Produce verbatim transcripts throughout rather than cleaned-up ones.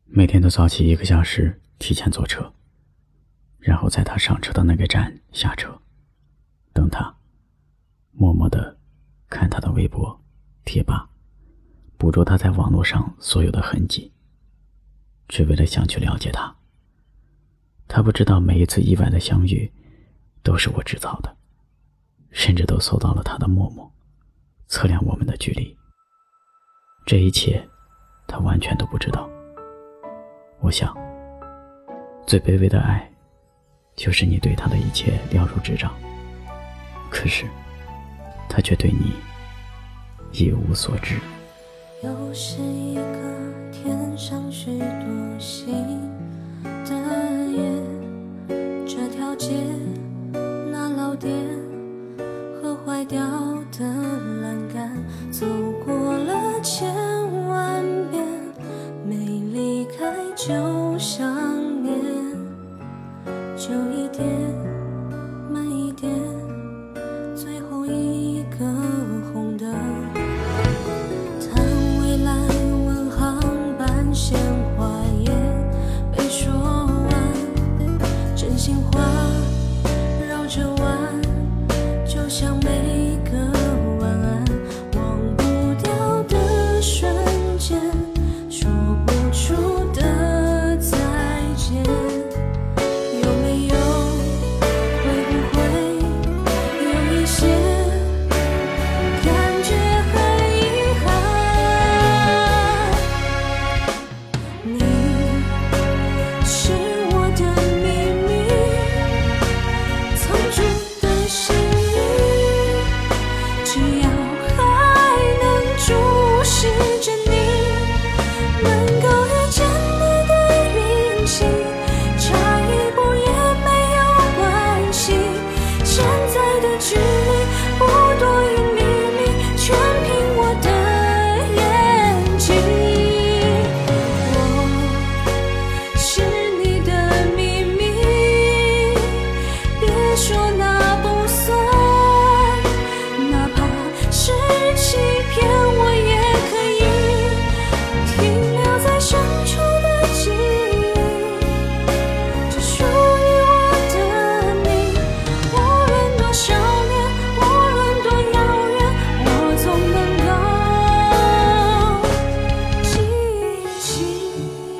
每天都早起一个小时提前坐车，然后在他上车的那个站下车，等他，默默地看他的微博贴吧，捕捉他在网络上所有的痕迹，只为了想去了解他。他不知道每一次意外的相遇都是我制造的，甚至都搜到了他的陌陌，测量我们的距离。这一切他完全都不知道。我想最卑微的爱就是你对他的一切了如指掌，可是他却对你一无所知。 又是一个天上许多星的夜，这条街那老店和坏掉的栏杆，走过了千万遍，没离开就想念，就一点慢一点，最后一个红灯，谈未来问航班鲜花也没说完，真心话绕着弯，就像每个晚安，忘不掉的瞬间，说不出的再见。有没有，会不会有一些感觉很遗憾？你是我的秘密，藏住的心意，只要还能注视着你，能够遇见你的运气，差一步也没有关系。现在的距离不多于秘密，全凭我的眼睛。我是你的秘密，别说那不算，哪怕是欺骗，我也可以停留在深处的记忆，只属于我的你。无论多少年，无论多遥远，我总能够记起。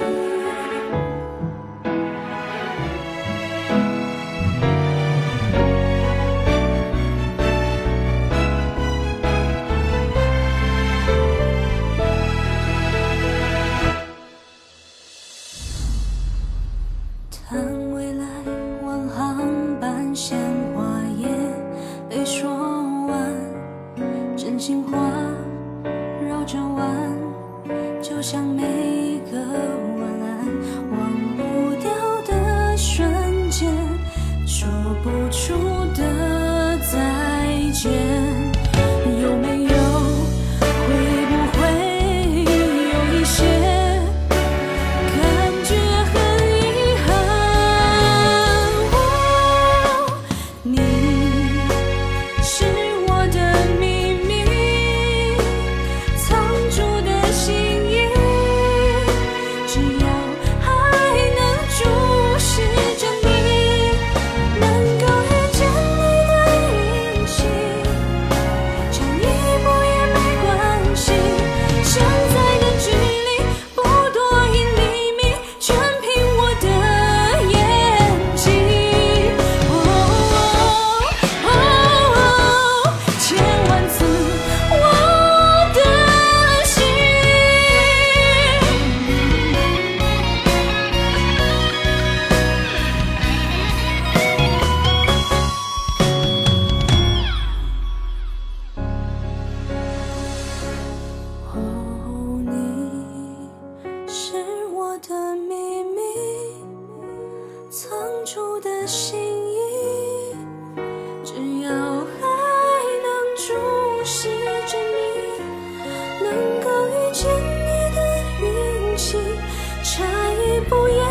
谈未来问航班鲜花也没说完，真心话绕着弯，就像每个晚安，忘不掉的瞬间，说不出的再见。有没有，会不会有一些感觉很遗憾？哦，你是我的秘密，藏住的心意，只要还能注视着你，能够遇见你的运气，差一步也没关系。现在的距离不多一厘米，全凭我的眼睛。哦哦哦，千万次我的心。哦，你是我的秘密，藏住的心意，只要还能注视着你，能够遇见你的运气，差一步也